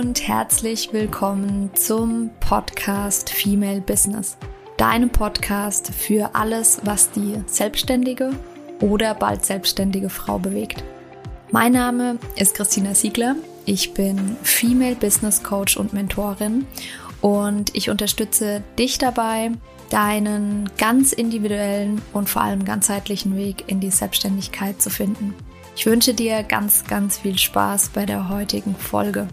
und herzlich willkommen zum Podcast Female Business. Deinem Podcast für alles, was die selbstständige oder bald selbstständige Frau bewegt. Mein Name ist Christina Siegler. Ich bin Female Business Coach und Mentorin und ich unterstütze dich dabei, deinen ganz individuellen und vor allem ganzheitlichen Weg in die Selbstständigkeit zu finden. Ich wünsche dir ganz, ganz viel Spaß bei der heutigen Folge.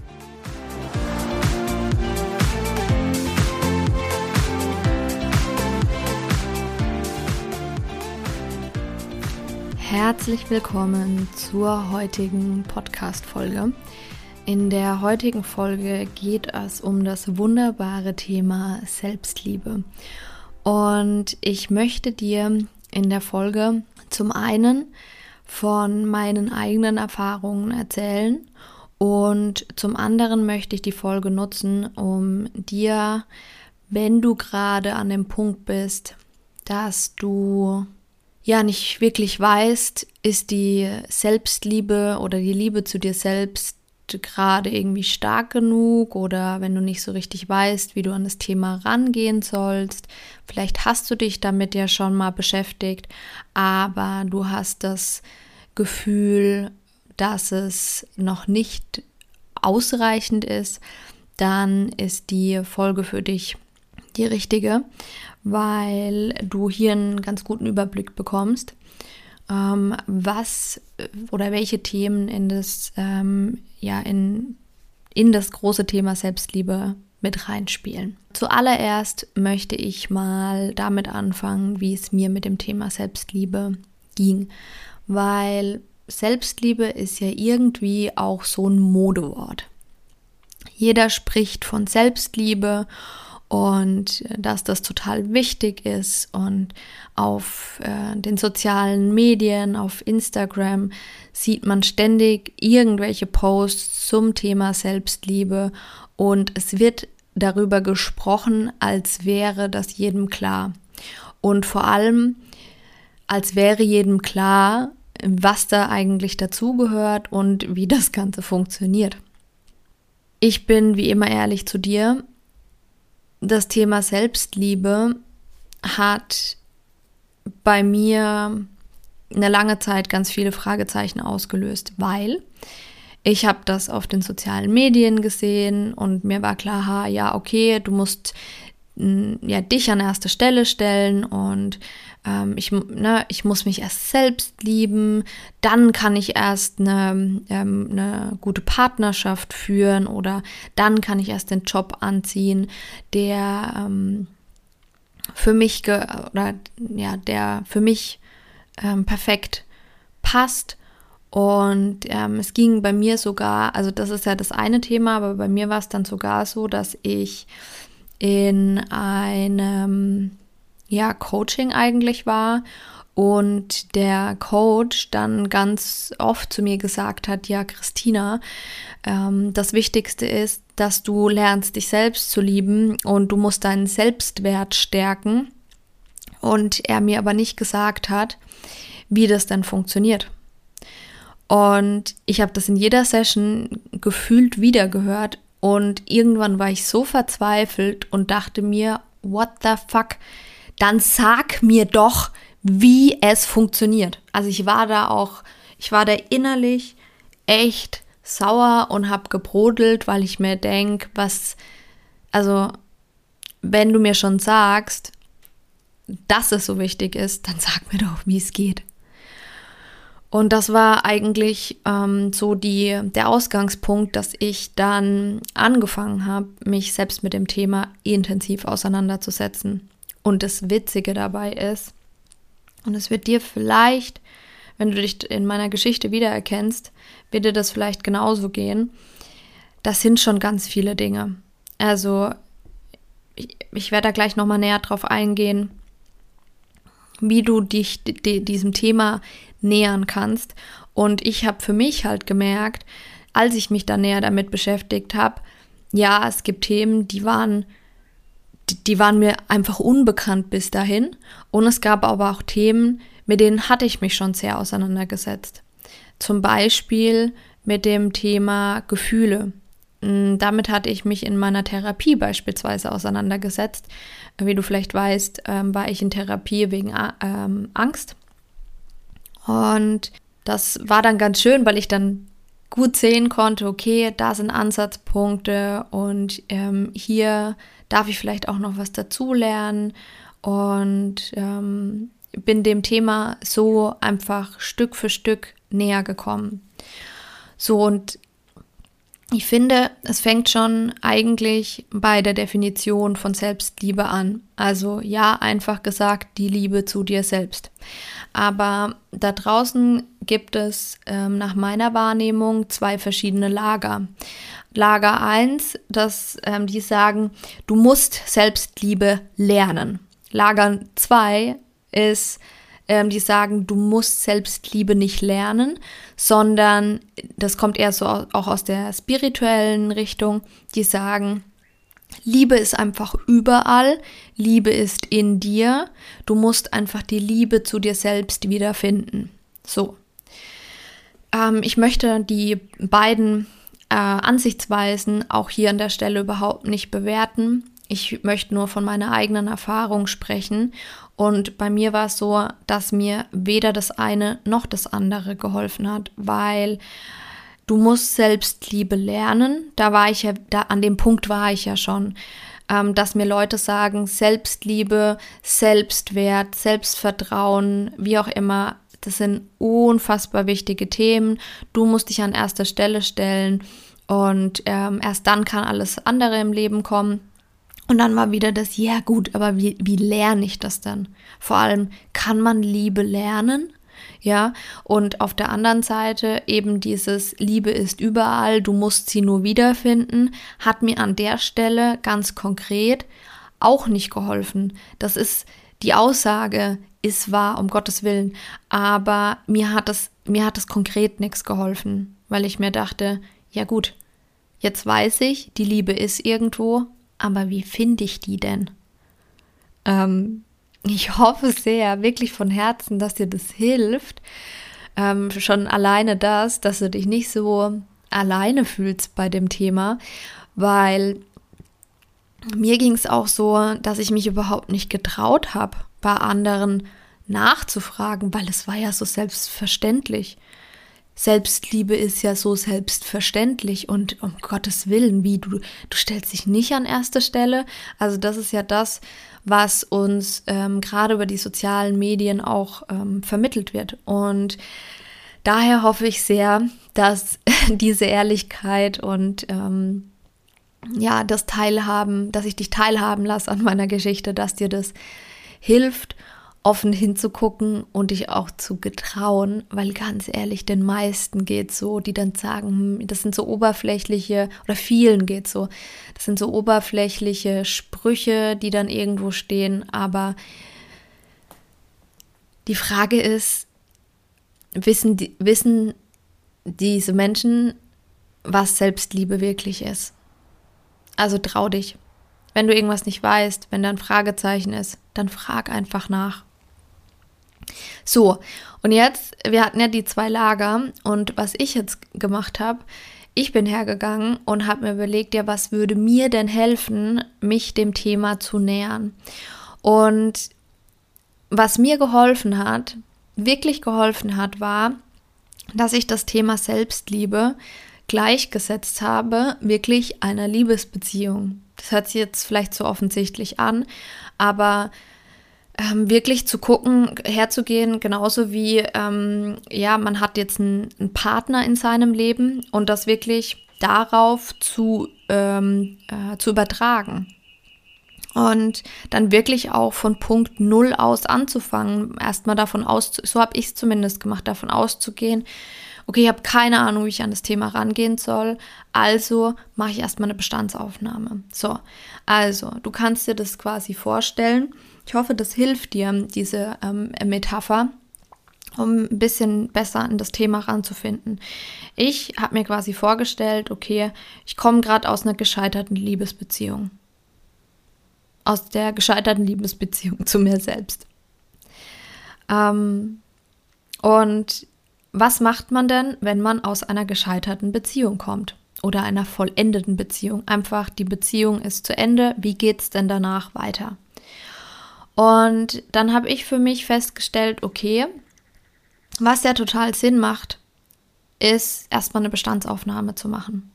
Herzlich willkommen zur heutigen Podcast-Folge. In der heutigen Folge geht es um das wunderbare Thema Selbstliebe. Und ich möchte dir in der Folge zum einen von meinen eigenen Erfahrungen erzählen und zum anderen möchte ich die Folge nutzen, um dir, wenn du gerade an dem Punkt bist, dass du ja nicht wirklich weißt, ist die Selbstliebe oder die Liebe zu dir selbst gerade irgendwie stark genug oder wenn du nicht so richtig weißt, wie du an das Thema rangehen sollst. Vielleicht hast du dich damit ja schon mal beschäftigt, aber du hast das Gefühl, dass es noch nicht ausreichend ist, dann ist die Folge für dich die richtige, weil du hier einen ganz guten Überblick bekommst, was oder welche Themen in das in das große Thema Selbstliebe mit reinspielen. Zuallererst möchte ich mal damit anfangen, wie es mir mit dem Thema Selbstliebe ging, weil Selbstliebe ist ja irgendwie auch so ein Modewort. Jeder spricht von Selbstliebe und dass das total wichtig ist und auf den sozialen Medien, auf Instagram sieht man ständig irgendwelche Posts zum Thema Selbstliebe und es wird darüber gesprochen, als wäre das jedem klar und vor allem, als wäre jedem klar, was da eigentlich dazugehört und wie das Ganze funktioniert. Ich bin wie immer ehrlich zu dir. Das Thema Selbstliebe hat bei mir eine lange Zeit ganz viele Fragezeichen ausgelöst, weil ich habe das auf den sozialen Medien gesehen und mir war klar, ja okay, du musst dich an erste Stelle stellen und ich muss mich erst selbst lieben, dann kann ich erst eine gute Partnerschaft führen oder dann kann ich erst den Job anziehen, der für mich perfekt passt. Und es ging bei mir sogar, also das ist ja das eine Thema, aber bei mir war es dann sogar so, dass ich in einem Coaching eigentlich war und der Coach dann ganz oft zu mir gesagt hat, ja Christina, das Wichtigste ist, dass du lernst, dich selbst zu lieben und du musst deinen Selbstwert stärken und er mir aber nicht gesagt hat, wie das dann funktioniert. Und ich habe das in jeder Session gefühlt wieder gehört und irgendwann war ich so verzweifelt und dachte mir, what the fuck, dann sag mir doch, wie es funktioniert. Also ich war da innerlich echt sauer und habe gebrodelt, weil ich mir denke, wenn du mir schon sagst, dass es so wichtig ist, dann sag mir doch, wie es geht. Und das war eigentlich der Ausgangspunkt, dass ich dann angefangen habe, mich selbst mit dem Thema intensiv auseinanderzusetzen. Und das Witzige dabei ist, und es wird dir vielleicht, wenn du dich in meiner Geschichte wiedererkennst, wird dir das vielleicht genauso gehen. Das sind schon ganz viele Dinge. Also ich werde da gleich nochmal näher drauf eingehen, wie du dich diesem Thema nähern kannst. Und ich habe für mich halt gemerkt, als ich mich dann näher damit beschäftigt habe, ja, es gibt Themen, die waren mir einfach unbekannt bis dahin. Und es gab aber auch Themen, mit denen hatte ich mich schon sehr auseinandergesetzt. Zum Beispiel mit dem Thema Gefühle. damit hatte ich mich in meiner Therapie beispielsweise auseinandergesetzt. Wie du vielleicht weißt, war ich in Therapie wegen Angst. Und das war dann ganz schön, weil ich dann gut sehen konnte, okay, da sind Ansatzpunkte und hier darf ich vielleicht auch noch was dazulernen und bin dem Thema so einfach Stück für Stück näher gekommen. So, und ich finde, es fängt schon eigentlich bei der Definition von Selbstliebe an. Also ja, einfach gesagt, die Liebe zu dir selbst. Aber da draußen gibt es nach meiner Wahrnehmung 2 verschiedene Lager. Lager 1, die sagen, du musst Selbstliebe lernen. Lager 2 ist, die sagen, du musst Selbstliebe nicht lernen, sondern das kommt eher so auch aus der spirituellen Richtung, die sagen, Liebe ist einfach überall, Liebe ist in dir, du musst einfach die Liebe zu dir selbst wiederfinden. So. Ich möchte die beiden Ansichtsweisen auch hier an der Stelle überhaupt nicht bewerten. Ich möchte nur von meiner eigenen Erfahrung sprechen. Und bei mir war es so, dass mir weder das eine noch das andere geholfen hat, weil du musst Selbstliebe lernen. An dem Punkt war ich ja schon, dass mir Leute sagen, Selbstliebe, Selbstwert, Selbstvertrauen, wie auch immer, das sind unfassbar wichtige Themen. Du musst dich an erster Stelle stellen und erst dann kann alles andere im Leben kommen. Und dann war wieder das, ja gut, aber wie lerne ich das denn? Vor allem, kann man Liebe lernen? Ja, und auf der anderen Seite eben dieses Liebe ist überall, du musst sie nur wiederfinden, hat mir an der Stelle ganz konkret auch nicht geholfen. Das ist, die Aussage ist wahr, um Gottes Willen, aber mir hat das konkret nichts geholfen, weil ich mir dachte, ja gut, jetzt weiß ich, die Liebe ist irgendwo, aber wie finde ich die denn? Ich hoffe sehr, wirklich von Herzen, dass dir das hilft. Schon alleine das, dass du dich nicht so alleine fühlst bei dem Thema, weil mir ging es auch so, dass ich mich überhaupt nicht getraut habe, bei anderen nachzufragen, weil es war ja so selbstverständlich. Selbstliebe ist ja so selbstverständlich und um Gottes Willen, wie du stellst dich nicht an erste Stelle. Also das ist ja das, was uns gerade über die sozialen Medien auch vermittelt wird. Und daher hoffe ich sehr, dass diese Ehrlichkeit und das Teilhaben, dass ich dich teilhaben lasse an meiner Geschichte, dass dir das hilft, offen hinzugucken und dich auch zu getrauen, weil ganz ehrlich, den meisten geht's so, die dann sagen, das sind so oberflächliche, oder vielen geht's so, das sind so oberflächliche Sprüche, die dann irgendwo stehen, aber die Frage ist, wissen diese Menschen, was Selbstliebe wirklich ist? Also trau dich. Wenn du irgendwas nicht weißt, wenn da ein Fragezeichen ist, dann frag einfach nach. So, und jetzt, wir hatten ja die 2 Lager und was ich jetzt gemacht habe, ich bin hergegangen und habe mir überlegt, ja, was würde mir denn helfen, mich dem Thema zu nähern? Und was mir geholfen hat, wirklich geholfen hat, war, dass ich das Thema Selbstliebe gleichgesetzt habe, wirklich einer Liebesbeziehung. Das hört sich jetzt vielleicht so offensichtlich an, aber wirklich zu gucken, herzugehen, genauso wie, man hat jetzt einen Partner in seinem Leben und das wirklich darauf zu übertragen. Und dann wirklich auch von Punkt 0 aus anzufangen, erstmal so habe ich es zumindest gemacht, davon auszugehen, okay, ich habe keine Ahnung, wie ich an das Thema rangehen soll, also mache ich erstmal eine Bestandsaufnahme. So, also du kannst dir das quasi vorstellen. Ich hoffe, das hilft dir, diese Metapher, um ein bisschen besser an das Thema ranzufinden. Ich habe mir quasi vorgestellt, okay, ich komme gerade aus einer gescheiterten Liebesbeziehung. Aus der gescheiterten Liebesbeziehung zu mir selbst. Und was macht man denn, wenn man aus einer gescheiterten Beziehung kommt? oder einer vollendeten Beziehung. Einfach, die Beziehung ist zu Ende, wie geht's denn danach weiter? Und dann habe ich für mich festgestellt, okay, was ja total Sinn macht, ist erstmal eine Bestandsaufnahme zu machen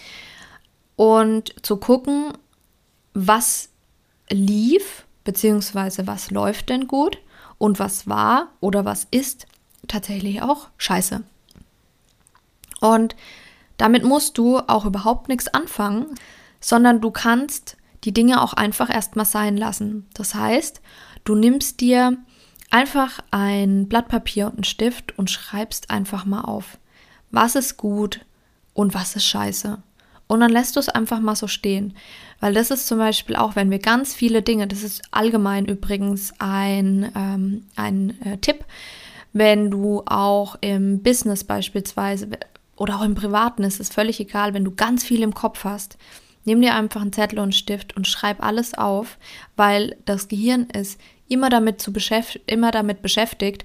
und zu gucken, was lief, beziehungsweise was läuft denn gut und was war oder was ist tatsächlich auch scheiße. Und damit musst du auch überhaupt nichts anfangen, sondern du kannst die Dinge auch einfach erstmal sein lassen. Das heißt, du nimmst dir einfach ein Blatt Papier und einen Stift und schreibst einfach mal auf, was ist gut und was ist scheiße. Und dann lässt du es einfach mal so stehen. Weil das ist zum Beispiel auch, wenn wir ganz viele Dinge, das ist allgemein übrigens ein Tipp, wenn du auch im Business beispielsweise oder auch im Privaten, ist es völlig egal, wenn du ganz viel im Kopf hast, nimm dir einfach einen Zettel und einen Stift und schreib alles auf, weil das Gehirn ist immer damit beschäftigt,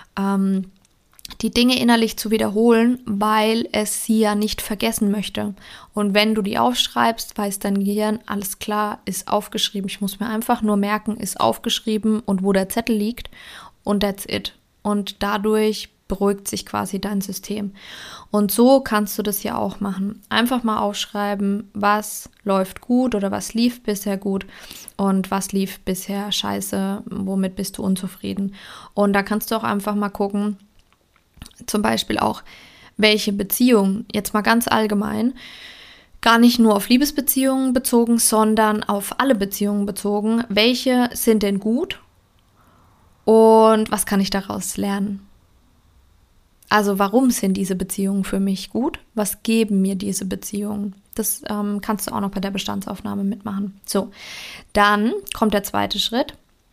die Dinge innerlich zu wiederholen, weil es sie ja nicht vergessen möchte. Und wenn du die aufschreibst, weiß dein Gehirn, alles klar, ist aufgeschrieben. Ich muss mir einfach nur merken, ist aufgeschrieben und wo der Zettel liegt und that's it. Und dadurch beruhigt sich quasi dein System. Und so kannst du das ja auch machen. Einfach mal aufschreiben, was läuft gut oder was lief bisher gut und was lief bisher scheiße, womit bist du unzufrieden. Und da kannst du auch einfach mal gucken, zum Beispiel auch, welche Beziehung, jetzt mal ganz allgemein, gar nicht nur auf Liebesbeziehungen bezogen, sondern auf alle Beziehungen bezogen, welche sind denn gut und was kann ich daraus lernen? Also warum sind diese Beziehungen für mich gut? Was geben mir diese Beziehungen? Das kannst du auch noch bei der Bestandsaufnahme mitmachen. So, dann kommt der zweite Schritt.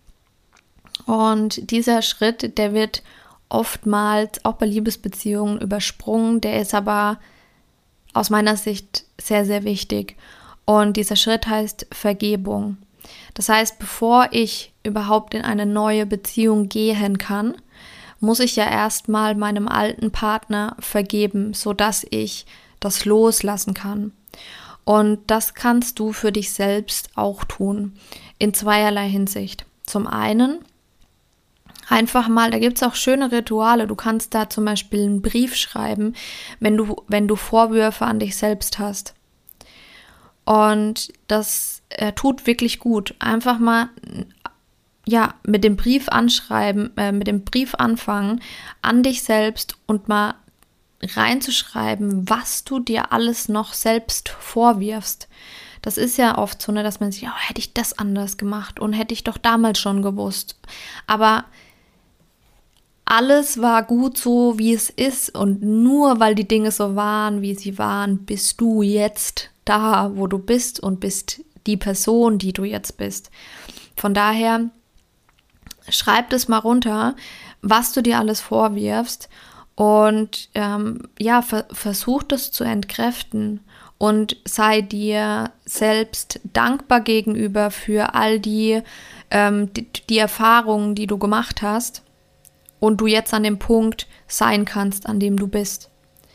Und dieser Schritt, der wird oftmals auch bei Liebesbeziehungen übersprungen. Der ist aber aus meiner Sicht sehr, sehr wichtig. Und dieser Schritt heißt Vergebung. Das heißt, bevor ich überhaupt in eine neue Beziehung gehen kann, muss ich ja erstmal meinem alten Partner vergeben, sodass ich das loslassen kann. Und das kannst du für dich selbst auch tun, in zweierlei Hinsicht. Zum einen, einfach mal, da gibt es auch schöne Rituale, du kannst da zum Beispiel einen Brief schreiben, wenn du Vorwürfe an dich selbst hast. Und das tut wirklich gut. Einfach mal mit dem Brief mit dem Brief anfangen an dich selbst und mal reinzuschreiben, was du dir alles noch selbst vorwirfst. Das ist ja oft so, dass man sich, hätte ich das anders gemacht und hätte ich doch damals schon gewusst. Aber alles war gut so, wie es ist und nur weil die Dinge so waren, wie sie waren, bist du jetzt da, wo du bist und bist die Person, die du jetzt bist. Von daher schreib das mal runter, was du dir alles vorwirfst und versuch das zu entkräften und sei dir selbst dankbar gegenüber für all die Erfahrungen, die du gemacht hast und du jetzt an dem Punkt sein kannst, an dem du bist.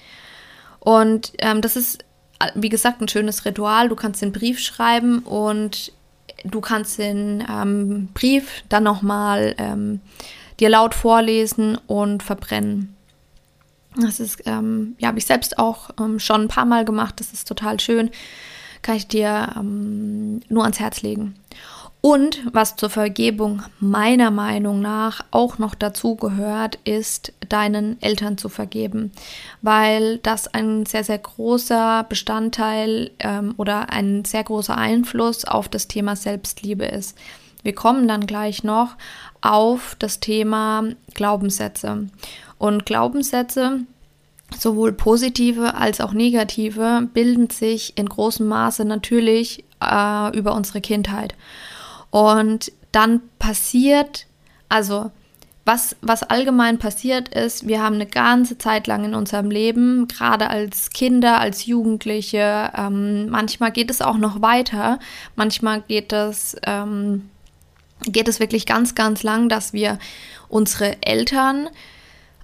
Und das ist, wie gesagt, ein schönes Ritual. Du kannst den Brief schreiben und du kannst den Brief dann nochmal dir laut vorlesen und verbrennen. Das ist, habe ich selbst auch schon ein paar Mal gemacht. Das ist total schön. Kann ich dir nur ans Herz legen. Und was zur Vergebung meiner Meinung nach auch noch dazu gehört, ist, deinen Eltern zu vergeben, weil das ein sehr, sehr großer Bestandteil oder ein sehr großer Einfluss auf das Thema Selbstliebe ist. Wir kommen dann gleich noch auf das Thema Glaubenssätze. Und Glaubenssätze, sowohl positive als auch negative, bilden sich in großem Maße natürlich über unsere Kindheit. Und dann passiert, also was allgemein passiert ist, wir haben eine ganze Zeit lang in unserem Leben, gerade als Kinder, als Jugendliche, manchmal geht es auch noch weiter, manchmal geht es wirklich ganz, ganz lang, dass wir unsere Eltern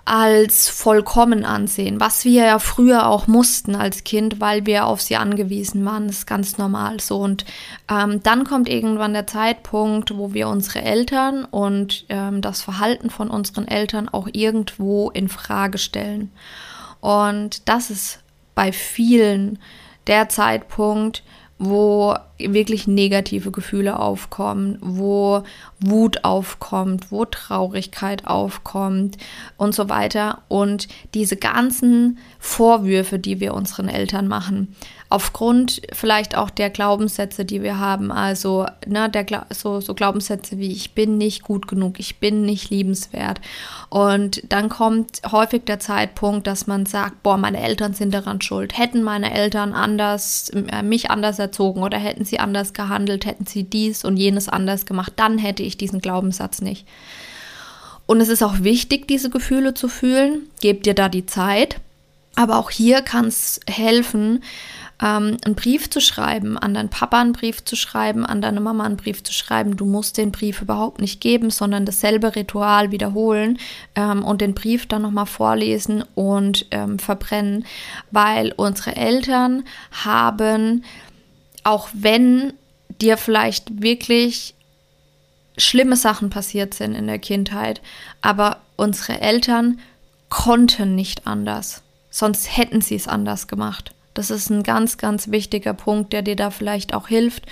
als vollkommen ansehen, was wir ja früher auch mussten als Kind, weil wir auf sie angewiesen waren. Das ist ganz normal so. Und dann kommt irgendwann der Zeitpunkt, wo wir unsere Eltern und das Verhalten von unseren Eltern auch irgendwo in Frage stellen. Und das ist bei vielen der Zeitpunkt, wo wirklich negative Gefühle aufkommen, wo Wut aufkommt, wo Traurigkeit aufkommt und so weiter. Und diese ganzen Vorwürfe, die wir unseren Eltern machen, aufgrund vielleicht auch der Glaubenssätze, die wir haben, also so Glaubenssätze wie ich bin nicht gut genug, ich bin nicht liebenswert. Und dann kommt häufig der Zeitpunkt, dass man sagt, boah, meine Eltern sind daran schuld. Hätten meine Eltern mich anders erzogen oder hätten sie anders gehandelt, hätten sie dies und jenes anders gemacht, dann hätte ich diesen Glaubenssatz nicht. Und es ist auch wichtig, diese Gefühle zu fühlen. Gebt dir da die Zeit. Aber auch hier kann es helfen, einen Brief zu schreiben, an deinen Papa einen Brief zu schreiben, an deine Mama einen Brief zu schreiben. Du musst den Brief überhaupt nicht geben, sondern dasselbe Ritual wiederholen und den Brief dann nochmal vorlesen und verbrennen, weil unsere Eltern haben, auch wenn dir vielleicht wirklich schlimme Sachen passiert sind in der Kindheit, aber unsere Eltern konnten nicht anders, sonst hätten sie es anders gemacht. Das ist ein ganz, ganz wichtiger Punkt, der dir da vielleicht auch hilft,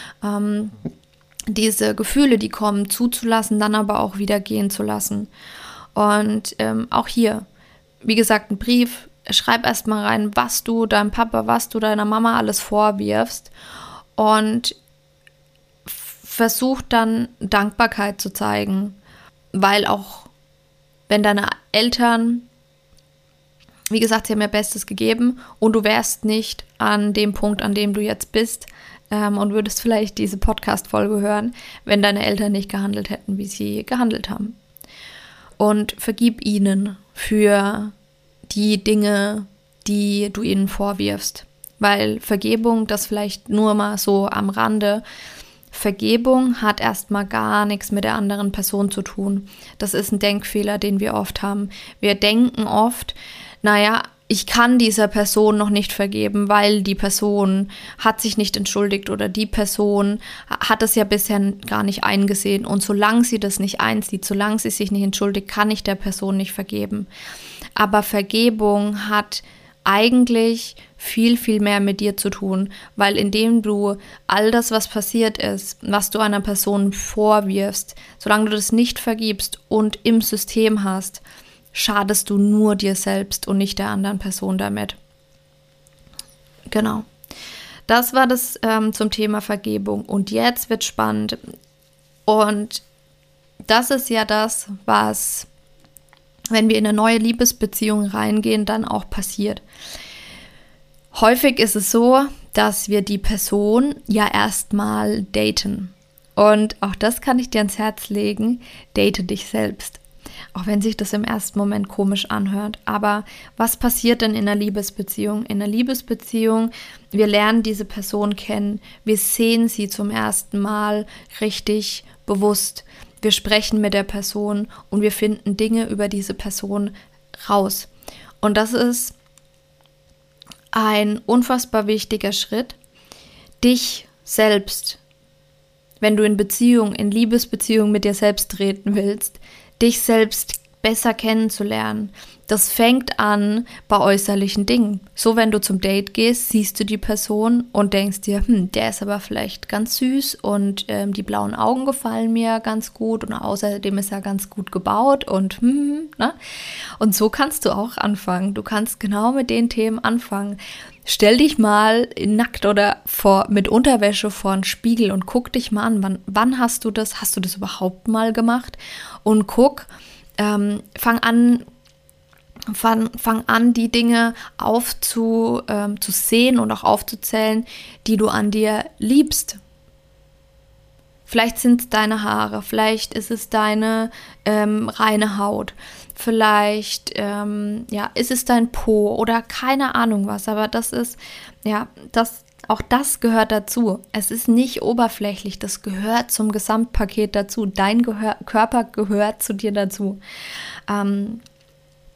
diese Gefühle, die kommen, zuzulassen, dann aber auch wieder gehen zu lassen. Und auch hier, wie gesagt, ein Brief, schreib erstmal rein, was du deinem Papa, was du deiner Mama alles vorwirfst und versuch dann Dankbarkeit zu zeigen, weil auch wenn deine Eltern, wie gesagt, sie haben ihr Bestes gegeben und du wärst nicht an dem Punkt, an dem du jetzt bist und würdest vielleicht diese Podcast-Folge hören, wenn deine Eltern nicht gehandelt hätten, wie sie gehandelt haben. Und vergib ihnen für die Dinge, die du ihnen vorwirfst. Weil Vergebung, das vielleicht nur mal so am Rande, Vergebung hat erstmal gar nichts mit der anderen Person zu tun. Das ist ein Denkfehler, den wir oft haben. Wir denken oft, naja, ich kann dieser Person noch nicht vergeben, weil die Person hat sich nicht entschuldigt oder die Person hat es ja bisher gar nicht eingesehen. Und solange sie das nicht einsieht, solange sie sich nicht entschuldigt, kann ich der Person nicht vergeben. Aber Vergebung hat eigentlich viel, viel mehr mit dir zu tun, weil indem du all das, was passiert ist, was du einer Person vorwirfst, solange du das nicht vergibst und im System hast, schadest du nur dir selbst und nicht der anderen Person damit. Genau. Das war das zum Thema Vergebung. Und jetzt wird spannend. Und das ist ja das, was, wenn wir in eine neue Liebesbeziehung reingehen, dann auch passiert. Häufig ist es so, dass wir die Person ja erstmal daten. Und auch das kann ich dir ans Herz legen, date dich selbst. Auch wenn sich das im ersten Moment komisch anhört. Aber was passiert denn in einer Liebesbeziehung? In einer Liebesbeziehung, wir lernen diese Person kennen, wir sehen sie zum ersten Mal richtig bewusst. Wir sprechen mit der Person und wir finden Dinge über diese Person raus. Und das ist ein unfassbar wichtiger Schritt, dich selbst, wenn du in Liebesbeziehung mit dir selbst treten willst, dich selbst besser kennenzulernen. Das fängt an bei äußerlichen Dingen. So, wenn du zum Date gehst, siehst du die Person und denkst dir, der ist aber vielleicht ganz süß und die blauen Augen gefallen mir ganz gut und außerdem ist er ganz gut gebaut und ne? Und so kannst du auch anfangen. Du kannst genau mit den Themen anfangen. Stell dich mal nackt oder mit Unterwäsche vor einen Spiegel und guck dich mal an. Wann hast du das? Hast du das überhaupt mal gemacht? Und guck, fang an, die Dinge zu sehen und auch aufzuzählen, die du an dir liebst. Vielleicht sind es deine Haare, vielleicht ist es deine reine Haut, vielleicht ist es dein Po oder keine Ahnung was, aber auch das gehört dazu. Es ist nicht oberflächlich, das gehört zum Gesamtpaket dazu. Dein Körper gehört zu dir dazu.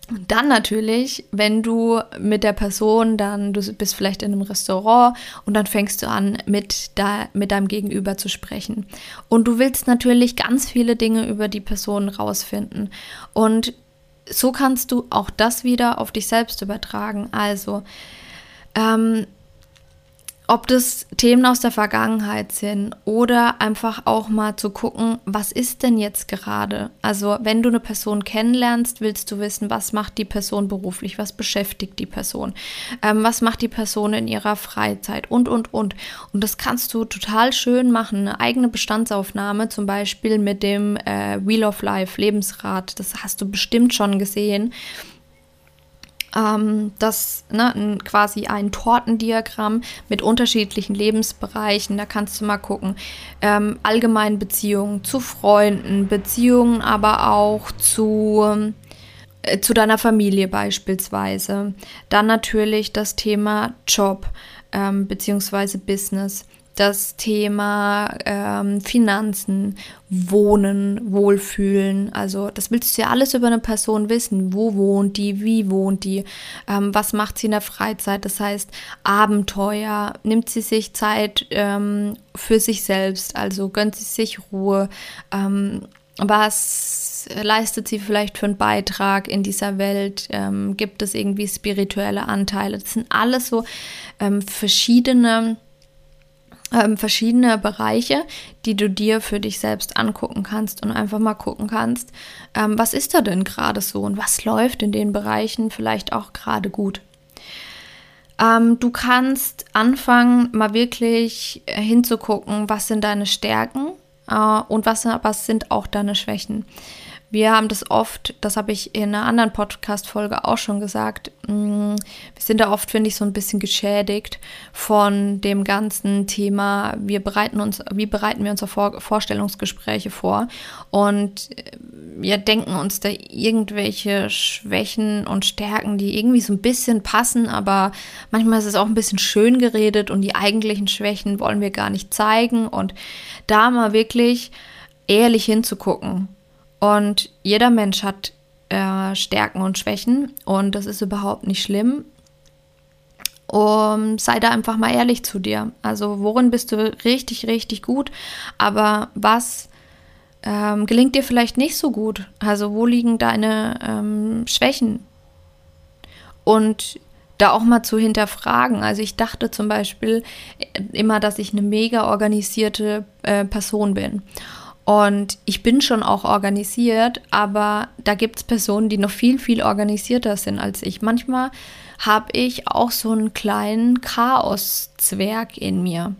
Dann natürlich, wenn du mit der Person du bist vielleicht in einem Restaurant und dann fängst du an, mit deinem Gegenüber zu sprechen. Und du willst natürlich ganz viele Dinge über die Person rausfinden. Und so kannst du auch das wieder auf dich selbst übertragen. Also, ob das Themen aus der Vergangenheit sind oder einfach auch mal zu gucken, was ist denn jetzt gerade? Also wenn du eine Person kennenlernst, willst du wissen, was macht die Person beruflich, was beschäftigt die Person, was macht die Person in ihrer Freizeit und. Und das kannst du total schön machen, eine eigene Bestandsaufnahme, zum Beispiel mit dem Wheel of Life, Lebensrad, das hast du bestimmt schon gesehen. Das quasi ein Tortendiagramm mit unterschiedlichen Lebensbereichen. Da kannst du mal gucken. Allgemein Beziehungen zu Freunden, Beziehungen aber auch zu deiner Familie beispielsweise. Dann natürlich das Thema Job beziehungsweise Business. Das Thema Finanzen, Wohnen, Wohlfühlen, also das willst du ja alles über eine Person wissen. Wo wohnt die, wie wohnt die, was macht sie in der Freizeit, das heißt Abenteuer, nimmt sie sich Zeit für sich selbst, also gönnt sie sich Ruhe, was leistet sie vielleicht für einen Beitrag in dieser Welt, gibt es irgendwie spirituelle Anteile, das sind alles so verschiedene Bereiche, die du dir für dich selbst angucken kannst und einfach mal gucken kannst, was ist da denn gerade so und was läuft in den Bereichen vielleicht auch gerade gut. Du kannst anfangen, mal wirklich hinzugucken, was sind deine Stärken und was sind auch deine Schwächen. Wir haben das oft, das habe ich in einer anderen Podcast-Folge auch schon gesagt, wir sind da oft, finde ich, so ein bisschen geschädigt von dem ganzen Thema, wie bereiten wir uns auf Vorstellungsgespräche vor und wir denken uns da irgendwelche Schwächen und Stärken, die irgendwie so ein bisschen passen, aber manchmal ist es auch ein bisschen schön geredet und die eigentlichen Schwächen wollen wir gar nicht zeigen und da mal wirklich ehrlich hinzugucken. Und jeder Mensch hat Stärken und Schwächen und das ist überhaupt nicht schlimm. Sei da einfach mal ehrlich zu dir. Also worin bist du richtig, richtig gut, aber was gelingt dir vielleicht nicht so gut? Also wo liegen deine Schwächen? Und da auch mal zu hinterfragen. Also ich dachte zum Beispiel immer, dass ich eine mega organisierte Person bin. Und ich bin schon auch organisiert, aber da gibt es Personen, die noch viel, viel organisierter sind als ich. Manchmal habe ich auch so einen kleinen Chaos-Zwerg in mir.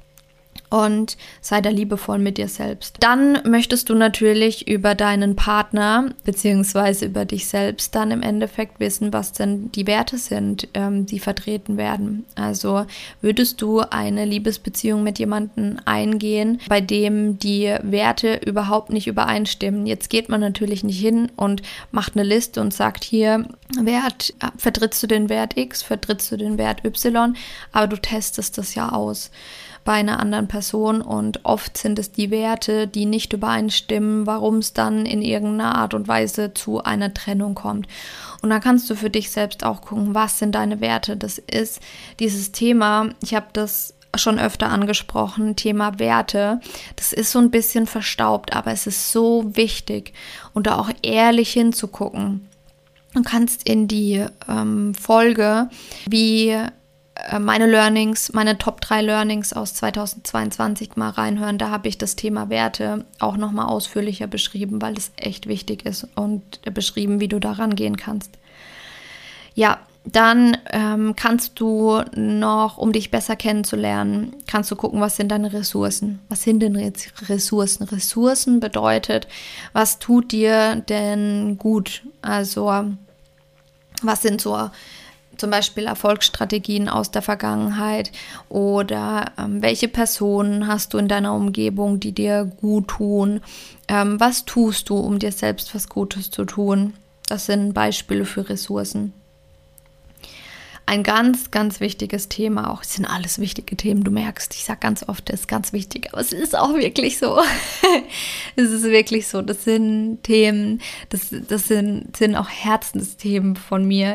Und sei da liebevoll mit dir selbst. Dann möchtest du natürlich über deinen Partner beziehungsweise über dich selbst dann im Endeffekt wissen, was denn die Werte sind, die vertreten werden. Also würdest du eine Liebesbeziehung mit jemandem eingehen, bei dem die Werte überhaupt nicht übereinstimmen. Jetzt geht man natürlich nicht hin und macht eine Liste und sagt hier, vertrittst du den Wert X, vertrittst du den Wert Y, aber du testest das ja aus bei einer anderen Person und oft sind es die Werte, die nicht übereinstimmen, warum es dann in irgendeiner Art und Weise zu einer Trennung kommt. Und dann kannst du für dich selbst auch gucken, was sind deine Werte. Das ist dieses Thema, ich habe das schon öfter angesprochen, Thema Werte. Das ist so ein bisschen verstaubt, aber es ist so wichtig und da auch ehrlich hinzugucken. Du kannst in die Folge, wie meine Top 3 Learnings aus 2022 mal reinhören. Da habe ich das Thema Werte auch nochmal ausführlicher beschrieben, weil es echt wichtig ist und beschrieben, wie du da rangehen kannst. Ja, dann kannst du noch, um dich besser kennenzulernen, kannst du gucken, was sind deine Ressourcen. Was sind denn jetzt Ressourcen? Ressourcen bedeutet, was tut dir denn gut? Also, was sind so zum Beispiel Erfolgsstrategien aus der Vergangenheit oder welche Personen hast du in deiner Umgebung, die dir gut tun? Was tust du, um dir selbst was Gutes zu tun? Das sind Beispiele für Ressourcen. ein ganz, ganz wichtiges Thema auch. Es sind alles wichtige Themen, du merkst, ich sage ganz oft, das ist ganz wichtig, aber es ist auch wirklich so. Es ist wirklich so, das sind Themen, das sind auch Herzensthemen von mir.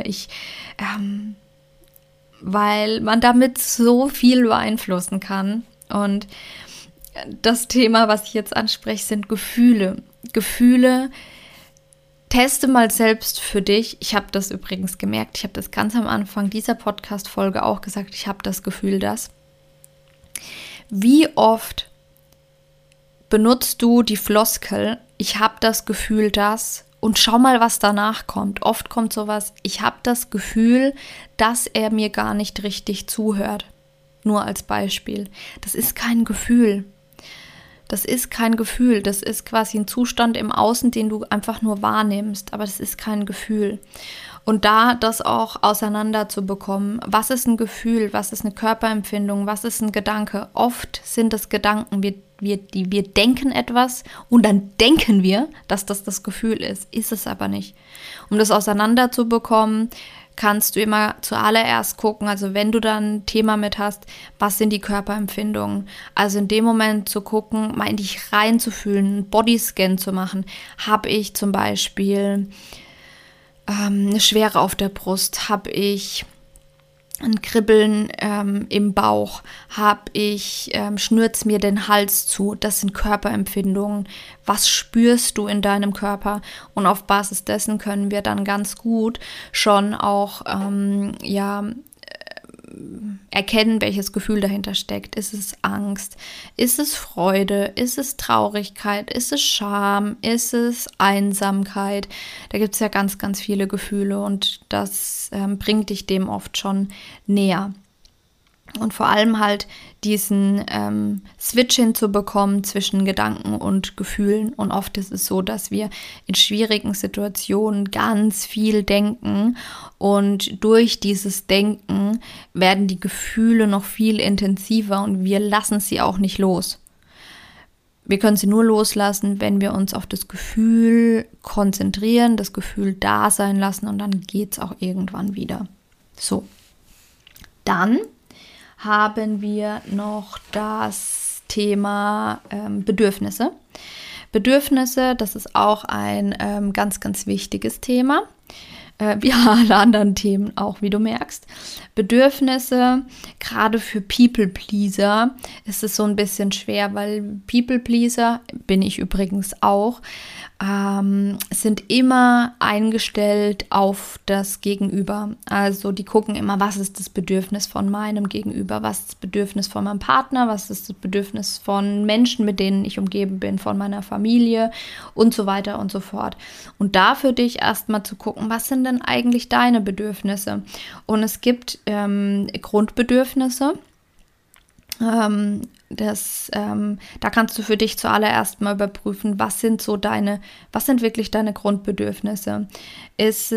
Weil man damit so viel beeinflussen kann. Und das Thema, was ich jetzt anspreche, sind Gefühle. Gefühle, teste mal selbst für dich. Ich habe das übrigens gemerkt, ich habe das ganz am Anfang dieser Podcast-Folge auch gesagt, ich habe das Gefühl, dass. Wie oft benutzt du die Floskel, ich habe das Gefühl, dass, und schau mal, was danach kommt. Oft kommt sowas, ich habe das Gefühl, dass er mir gar nicht richtig zuhört. Nur als Beispiel. Das ist kein Gefühl. Das ist kein Gefühl. Das ist quasi ein Zustand im Außen, den du einfach nur wahrnimmst. Aber das ist kein Gefühl. Und da das auch auseinander zu bekommen, was ist ein Gefühl, was ist eine Körperempfindung, was ist ein Gedanke? Oft sind es Gedanken, wir denken etwas und dann denken wir, dass das Gefühl ist es aber nicht. Um das auseinander zu bekommen, kannst du immer zuallererst gucken, also wenn du dann ein Thema mit hast, was sind die Körperempfindungen? Also in dem Moment zu gucken, mal in dich reinzufühlen, einen Bodyscan zu machen. Habe ich zum Beispiel eine Schwere auf der Brust? Habe ich ein Kribbeln im Bauch? Schnürt's mir den Hals zu? Das sind Körperempfindungen. Was spürst du in deinem Körper? Und auf Basis dessen können wir dann ganz gut schon auch erkennen, welches Gefühl dahinter steckt. Ist es Angst? Ist es Freude? Ist es Traurigkeit? Ist es Scham? Ist es Einsamkeit? Da gibt es ja ganz, ganz viele Gefühle und das bringt dich dem oft schon näher. Und vor allem halt diesen Switch hinzubekommen zwischen Gedanken und Gefühlen. Und oft ist es so, dass wir in schwierigen Situationen ganz viel denken. Und durch dieses Denken werden die Gefühle noch viel intensiver und wir lassen sie auch nicht los. Wir können sie nur loslassen, wenn wir uns auf das Gefühl konzentrieren, das Gefühl da sein lassen und dann geht es auch irgendwann wieder. So, dann haben wir noch das Thema Bedürfnisse. Bedürfnisse, das ist auch ein ganz, ganz wichtiges Thema. Wie alle anderen Themen auch, wie du merkst. Bedürfnisse, gerade für People-Pleaser, ist es so ein bisschen schwer, weil People-Pleaser, bin ich übrigens auch, sind immer eingestellt auf das Gegenüber. Also die gucken immer, was ist das Bedürfnis von meinem Gegenüber, was ist das Bedürfnis von meinem Partner, was ist das Bedürfnis von Menschen, mit denen ich umgeben bin, von meiner Familie und so weiter und so fort. Und da für dich erstmal zu gucken, was sind denn eigentlich deine Bedürfnisse? Und es gibt Grundbedürfnisse. Da kannst du für dich zuallererst mal überprüfen, was sind wirklich deine Grundbedürfnisse? Das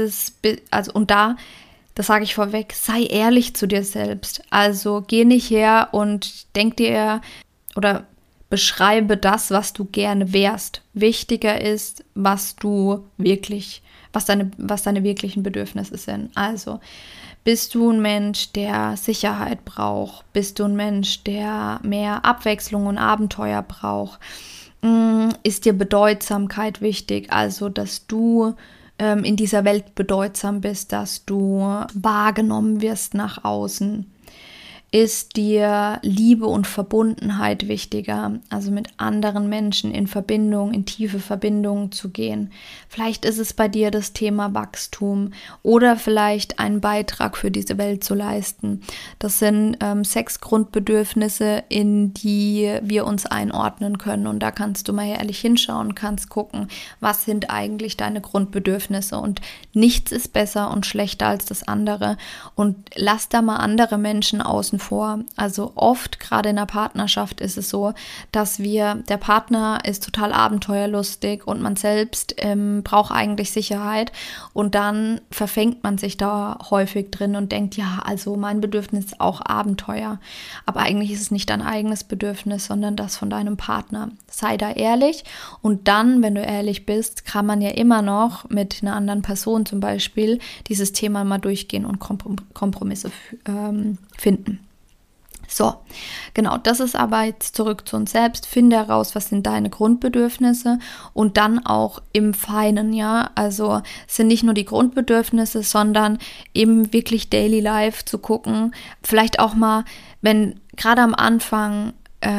sage ich vorweg, sei ehrlich zu dir selbst. Also geh nicht her und denk dir oder beschreibe das, was du gerne wärst. Wichtiger ist, was deine wirklichen Bedürfnisse sind. Also bist du ein Mensch, der Sicherheit braucht? Bist du ein Mensch, der mehr Abwechslung und Abenteuer braucht? Ist dir Bedeutsamkeit wichtig? Also, dass du in dieser Welt bedeutsam bist, dass du wahrgenommen wirst nach außen? Ist dir Liebe und Verbundenheit wichtiger, also mit anderen Menschen in tiefe Verbindungen zu gehen? Vielleicht ist es bei dir das Thema Wachstum oder vielleicht einen Beitrag für diese Welt zu leisten. Das sind 6 Grundbedürfnisse, in die wir uns einordnen können. Und da kannst du mal ehrlich hinschauen, kannst gucken, was sind eigentlich deine Grundbedürfnisse. Und nichts ist besser und schlechter als das andere. Und lass da mal andere Menschen außen vor. Also oft, gerade in der Partnerschaft, ist es so, dass der Partner ist total abenteuerlustig und man selbst braucht eigentlich Sicherheit und dann verfängt man sich da häufig drin und denkt, ja, also mein Bedürfnis ist auch Abenteuer. Aber eigentlich ist es nicht dein eigenes Bedürfnis, sondern das von deinem Partner. Sei da ehrlich und dann, wenn du ehrlich bist, kann man ja immer noch mit einer anderen Person zum Beispiel dieses Thema mal durchgehen und Kompromisse finden. So, genau, das ist aber jetzt zurück zu uns selbst. Finde heraus, was sind deine Grundbedürfnisse und dann auch im Feinen, ja. Also es sind nicht nur die Grundbedürfnisse, sondern eben wirklich Daily Life zu gucken. Vielleicht auch mal, wenn gerade am Anfang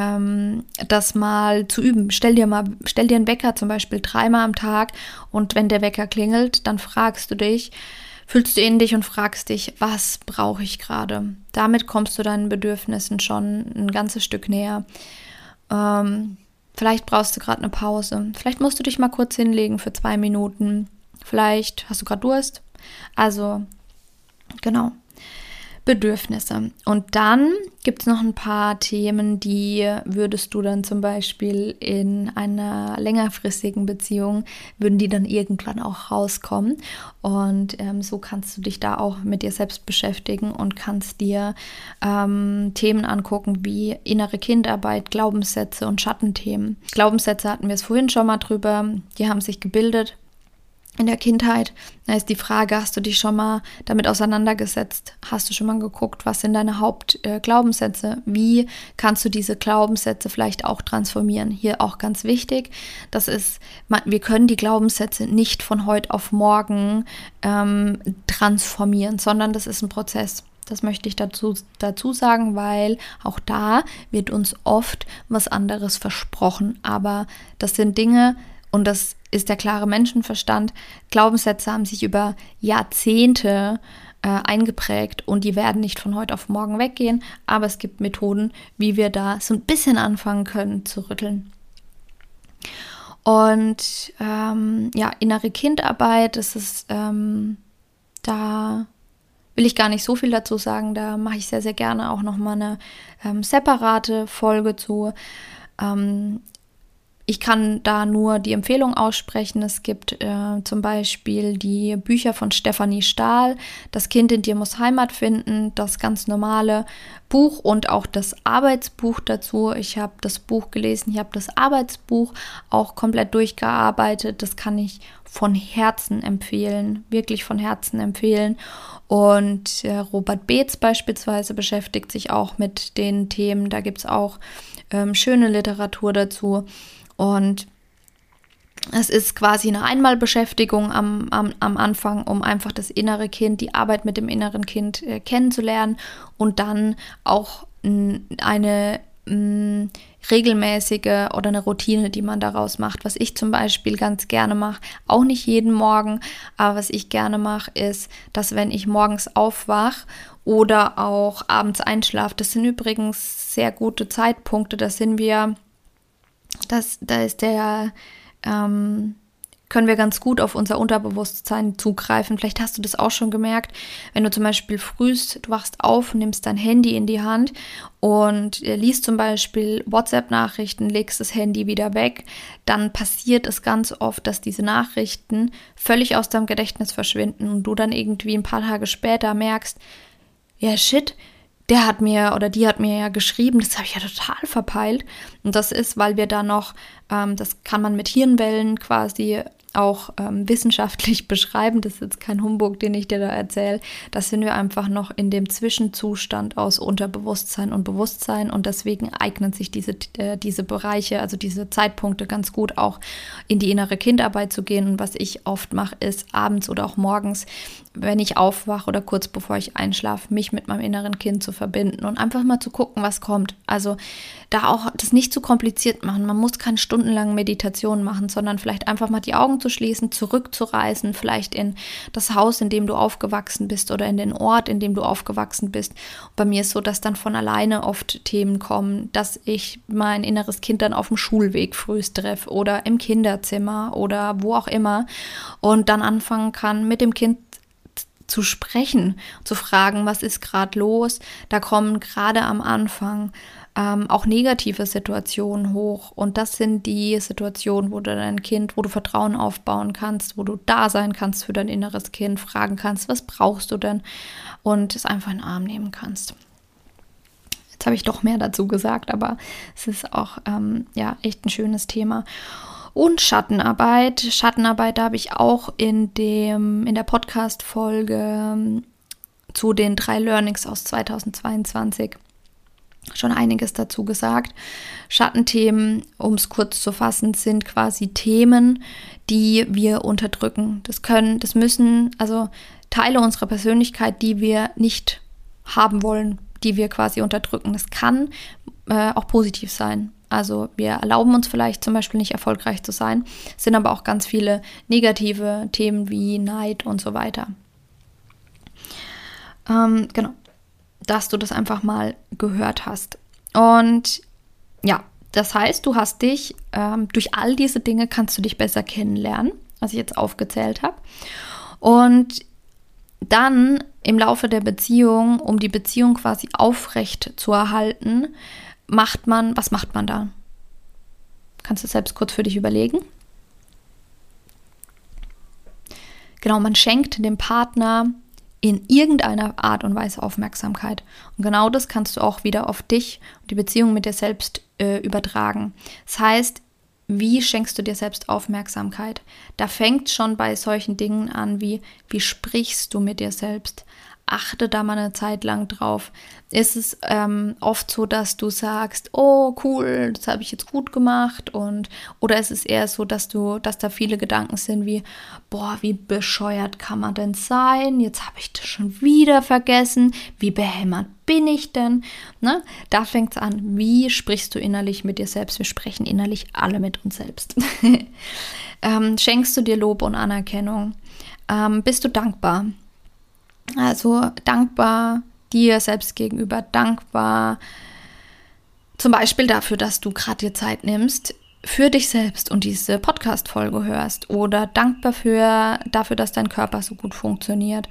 das mal zu üben. Stell dir einen Wecker zum Beispiel 3-mal am Tag und wenn der Wecker klingelt, dann fühlst du in dich und fragst dich, was brauche ich gerade? Damit kommst du deinen Bedürfnissen schon ein ganzes Stück näher. Vielleicht brauchst du gerade eine Pause. Vielleicht musst du dich mal kurz hinlegen für 2 Minuten. Vielleicht hast du gerade Durst. Also, genau. Bedürfnisse. Und dann gibt es noch ein paar Themen, die würdest du dann zum Beispiel in einer längerfristigen Beziehung, würden die dann irgendwann auch rauskommen. Und so kannst du dich da auch mit dir selbst beschäftigen und kannst dir Themen angucken wie innere Kindarbeit, Glaubenssätze und Schattenthemen. Glaubenssätze hatten wir es vorhin schon mal drüber, die haben sich gebildet in der Kindheit. Da ist die Frage, hast du dich schon mal damit auseinandergesetzt? Hast du schon mal geguckt, was sind deine Hauptglaubenssätze? Wie kannst du diese Glaubenssätze vielleicht auch transformieren? Hier auch ganz wichtig, wir können die Glaubenssätze nicht von heute auf morgen transformieren, sondern das ist ein Prozess. Das möchte ich dazu sagen, weil auch da wird uns oft was anderes versprochen. Aber das sind Dinge, und das ist der klare Menschenverstand. Glaubenssätze haben sich über Jahrzehnte eingeprägt und die werden nicht von heute auf morgen weggehen, aber es gibt Methoden, wie wir da so ein bisschen anfangen können zu rütteln. Und innere Kindarbeit, das ist, da will ich gar nicht so viel dazu sagen, da mache ich sehr, sehr gerne auch nochmal eine separate Folge zu. Ich kann da nur die Empfehlung aussprechen. Es gibt zum Beispiel die Bücher von Stefanie Stahl, Das Kind in dir muss Heimat finden, das ganz normale Buch und auch das Arbeitsbuch dazu. Ich habe das Buch gelesen, ich habe das Arbeitsbuch auch komplett durchgearbeitet. Das kann ich von Herzen empfehlen, wirklich von Herzen empfehlen. Und Robert Beetz beispielsweise beschäftigt sich auch mit den Themen. Da gibt es auch schöne Literatur dazu. Und es ist quasi eine Einmalbeschäftigung am Anfang, um einfach das innere Kind, die Arbeit mit dem inneren Kind kennenzulernen und dann auch eine regelmäßige oder eine Routine, die man daraus macht. Was ich zum Beispiel ganz gerne mache, auch nicht jeden Morgen, aber was ich gerne mache, ist, dass wenn ich morgens aufwache oder auch abends einschlafe, das sind übrigens sehr gute Zeitpunkte, können wir ganz gut auf unser Unterbewusstsein zugreifen. Vielleicht hast du das auch schon gemerkt, wenn du zum Beispiel du wachst auf, nimmst dein Handy in die Hand und liest zum Beispiel WhatsApp-Nachrichten, legst das Handy wieder weg, dann passiert es ganz oft, dass diese Nachrichten völlig aus deinem Gedächtnis verschwinden und du dann irgendwie ein paar Tage später merkst, ja shit, der hat mir oder die hat mir ja geschrieben, das habe ich ja total verpeilt. Und das ist, weil wir da noch, das kann man mit Hirnwellen quasi auch wissenschaftlich beschreiben, das ist jetzt kein Humbug, den ich dir da erzähle, da sind wir einfach noch in dem Zwischenzustand aus Unterbewusstsein und Bewusstsein und deswegen eignen sich diese Bereiche, also diese Zeitpunkte ganz gut auch in die innere Kindarbeit zu gehen und was ich oft mache, ist abends oder auch morgens, wenn ich aufwache oder kurz bevor ich einschlafe, mich mit meinem inneren Kind zu verbinden und einfach mal zu gucken, was kommt. Also da auch das nicht zu kompliziert machen. Man muss keine stundenlangen Meditationen machen, sondern vielleicht einfach mal die Augen zu schließen, zurückzureisen, vielleicht in das Haus, in dem du aufgewachsen bist oder in den Ort, in dem du aufgewachsen bist. Und bei mir ist so, dass dann von alleine oft Themen kommen, dass ich mein inneres Kind dann auf dem Schulweg frühst treffe oder im Kinderzimmer oder wo auch immer und dann anfangen kann, mit dem Kind zu sprechen, zu fragen, was ist gerade los. Da kommen gerade am Anfang auch negative Situationen hoch. Und das sind die Situationen, wo du dein Kind, wo du Vertrauen aufbauen kannst, wo du da sein kannst für dein inneres Kind, fragen kannst, was brauchst du denn? Und es einfach in den Arm nehmen kannst. Jetzt habe ich doch mehr dazu gesagt, aber es ist auch echt ein schönes Thema. Und Schattenarbeit. Schattenarbeit, da habe ich auch in der Podcast-Folge zu den 3 Learnings aus 2022 schon einiges dazu gesagt. Schattenthemen, um es kurz zu fassen, sind quasi Themen, die wir unterdrücken. Das müssen Teile unserer Persönlichkeit, die wir nicht haben wollen, die wir quasi unterdrücken. Das kann auch positiv sein. Also wir erlauben uns vielleicht zum Beispiel nicht erfolgreich zu sein, sind aber auch ganz viele negative Themen wie Neid und so weiter. Genau, dass du das einfach mal gehört hast. Und ja, das heißt, du hast dich, durch all diese Dinge kannst du dich besser kennenlernen, was ich jetzt aufgezählt habe. Und dann im Laufe der Beziehung, um die Beziehung quasi aufrecht zu erhalten, was macht man da? Kannst du selbst kurz für dich überlegen? Genau, man schenkt dem Partner in irgendeiner Art und Weise Aufmerksamkeit. Und genau das kannst du auch wieder auf dich und die Beziehung mit dir selbst übertragen. Das heißt, wie schenkst du dir selbst Aufmerksamkeit? Da fängt schon bei solchen Dingen an, wie sprichst du mit dir selbst? Achte da mal eine Zeit lang drauf. Ist es oft so, dass du sagst, oh cool, das habe ich jetzt gut gemacht, oder ist es eher so, dass da viele Gedanken sind wie, boah, wie bescheuert kann man denn sein? Jetzt habe ich das schon wieder vergessen. Wie behämmert bin ich denn? Ne? Da fängt es an. Wie sprichst du innerlich mit dir selbst? Wir sprechen innerlich alle mit uns selbst. Schenkst du dir Lob und Anerkennung? Bist du dankbar? Also dankbar dir selbst gegenüber, dankbar zum Beispiel dafür, dass du gerade dir Zeit nimmst für dich selbst und diese Podcast-Folge hörst, oder dankbar dafür, dass dein Körper so gut funktioniert,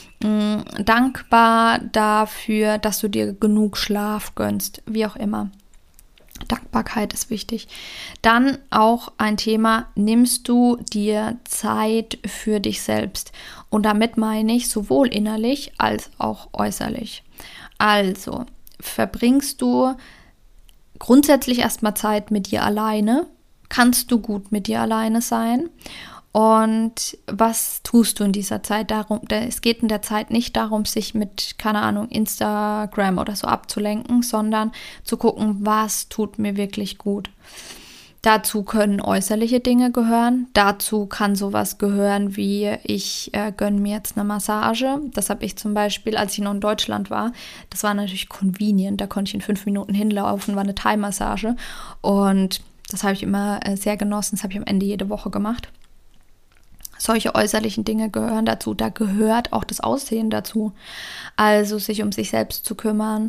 dankbar dafür, dass du dir genug Schlaf gönnst, wie auch immer. Dankbarkeit ist wichtig. Dann auch ein Thema, nimmst du dir Zeit für dich selbst? Und damit meine ich sowohl innerlich als auch äußerlich. Also verbringst du grundsätzlich erstmal Zeit mit dir alleine? Kannst du gut mit dir alleine sein? Und was tust du in dieser Zeit? Es geht in der Zeit nicht darum, sich mit, keine Ahnung, Instagram oder so abzulenken, sondern zu gucken, was tut mir wirklich gut. Dazu können äußerliche Dinge gehören. Dazu kann sowas gehören wie, ich gönne mir jetzt eine Massage. Das habe ich zum Beispiel, als ich noch in Deutschland war. Das war natürlich convenient. Da konnte ich in 5 Minuten hinlaufen, war eine Thai-Massage. Und das habe ich immer sehr genossen. Das habe ich am Ende jede Woche gemacht. Solche äußerlichen Dinge gehören dazu. Da gehört auch das Aussehen dazu. Also sich um sich selbst zu kümmern,